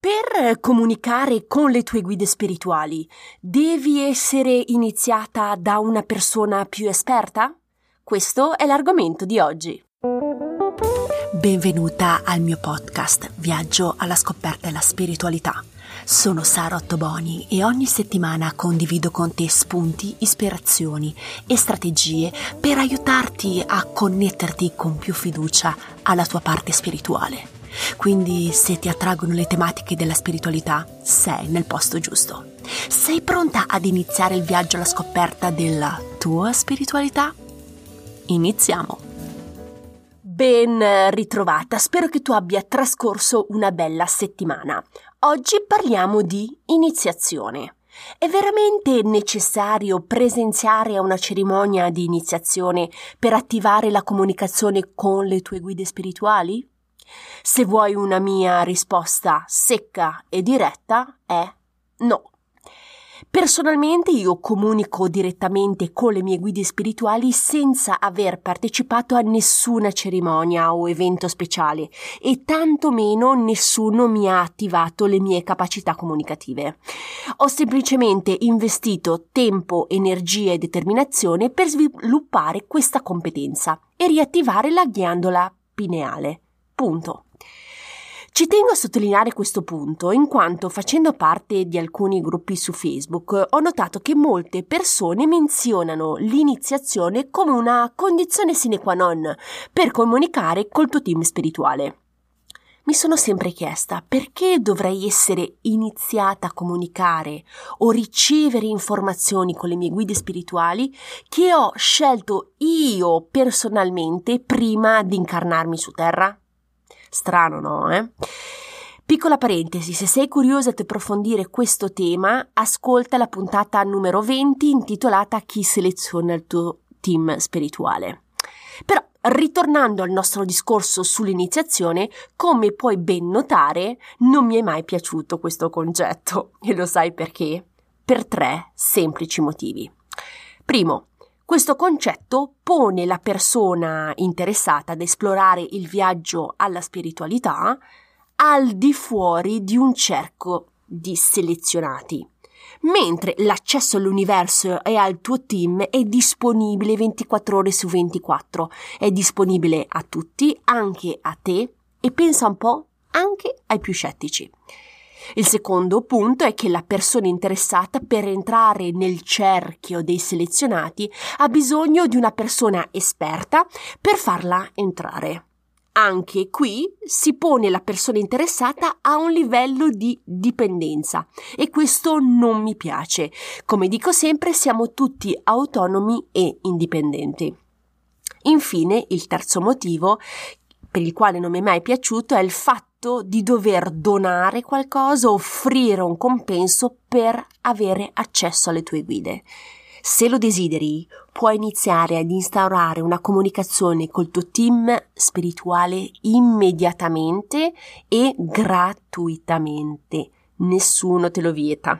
Per comunicare con le tue guide spirituali, devi essere iniziata da una persona più esperta? Questo è l'argomento di oggi. Benvenuta al mio podcast Viaggio alla scoperta della spiritualità. Sono Sara Ottoboni e ogni settimana condivido con te spunti, ispirazioni e strategie per aiutarti a connetterti con più fiducia alla tua parte spirituale. Quindi se ti attraggono le tematiche della spiritualità, sei nel posto giusto. Sei pronta ad iniziare il viaggio alla scoperta della tua spiritualità? Iniziamo! Ben ritrovata, spero che tu abbia trascorso una bella settimana. Oggi parliamo di iniziazione. È veramente necessario presenziare a una cerimonia di iniziazione per attivare la comunicazione con le tue guide spirituali? Se vuoi una mia risposta secca e diretta, è no. Personalmente io comunico direttamente con le mie guide spirituali senza aver partecipato a nessuna cerimonia o evento speciale e tantomeno nessuno mi ha attivato le mie capacità comunicative. Ho semplicemente investito tempo, energia e determinazione per sviluppare questa competenza e riattivare la ghiandola pineale. Punto. Ci tengo a sottolineare questo punto in quanto facendo parte di alcuni gruppi su Facebook ho notato che molte persone menzionano l'iniziazione come una condizione sine qua non per comunicare col tuo team spirituale. Mi sono sempre chiesta perché dovrei essere iniziata a comunicare o ricevere informazioni con le mie guide spirituali che ho scelto io personalmente prima di incarnarmi su Terra? Strano, no? Piccola parentesi, se sei curiosa di approfondire questo tema, ascolta la puntata numero 20 intitolata Chi seleziona il tuo team spirituale. Però, ritornando al nostro discorso sull'iniziazione, come puoi ben notare, non mi è mai piaciuto questo concetto. E lo sai perché? Per 3 semplici motivi. Primo, questo concetto pone la persona interessata ad esplorare il viaggio alla spiritualità al di fuori di un cerco di selezionati, mentre l'accesso all'universo e al tuo team è disponibile 24 ore su 24, è disponibile a tutti, anche a te, e pensa un po', anche ai più scettici. Il secondo punto è che la persona interessata per entrare nel cerchio dei selezionati ha bisogno di una persona esperta per farla entrare. Anche qui si pone la persona interessata a un livello di dipendenza e questo non mi piace. Come dico sempre, siamo tutti autonomi e indipendenti. Infine, il terzo motivo per il quale non mi è mai piaciuto è il fatto di dover donare qualcosa, offrire un compenso per avere accesso alle tue guide. Se lo desideri, puoi iniziare ad instaurare una comunicazione col tuo team spirituale immediatamente e gratuitamente. Nessuno te lo vieta.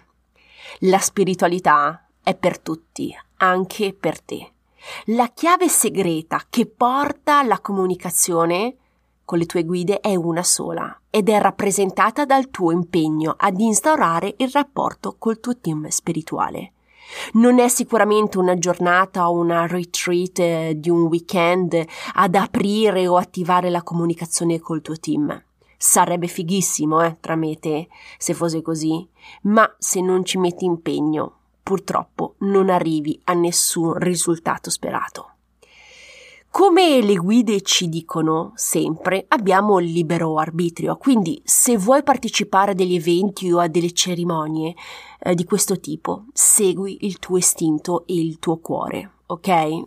La spiritualità è per tutti, anche per te. La chiave segreta che porta alla comunicazione con le tue guide è una sola ed è rappresentata dal tuo impegno ad instaurare il rapporto col tuo team spirituale. Non è sicuramente una giornata o una retreat di un weekend ad aprire o attivare la comunicazione col tuo team. Sarebbe fighissimo, tra me e te, se fosse così, ma se non ci metti impegno, purtroppo non arrivi a nessun risultato sperato. Come le guide ci dicono sempre, abbiamo il libero arbitrio, quindi se vuoi partecipare a degli eventi o a delle cerimonie di questo tipo, segui il tuo istinto e il tuo cuore, ok?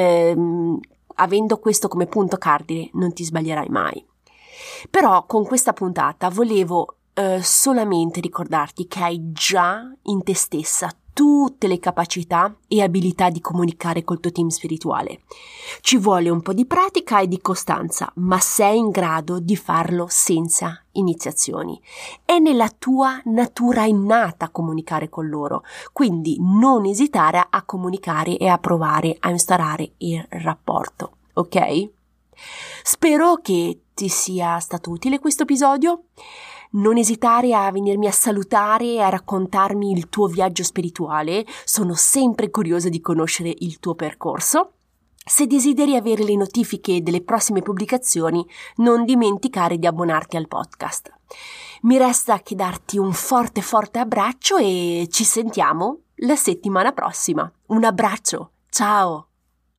Avendo questo come punto cardine non ti sbaglierai mai. Però con questa puntata volevo solamente ricordarti che hai già in te stessa tutte le capacità e abilità di comunicare col tuo team spirituale. Ci vuole un po' di pratica e di costanza, ma sei in grado di farlo senza iniziazioni. È nella tua natura innata comunicare con loro, quindi non esitare a comunicare e a provare a instaurare il rapporto, ok? Spero che ti sia stato utile questo episodio. Non esitare a venirmi a salutare e a raccontarmi il tuo viaggio spirituale, sono sempre curiosa di conoscere il tuo percorso. Se desideri avere le notifiche delle prossime pubblicazioni, non dimenticare di abbonarti al podcast. Mi resta che darti un forte abbraccio e ci sentiamo la settimana prossima. Un abbraccio, ciao!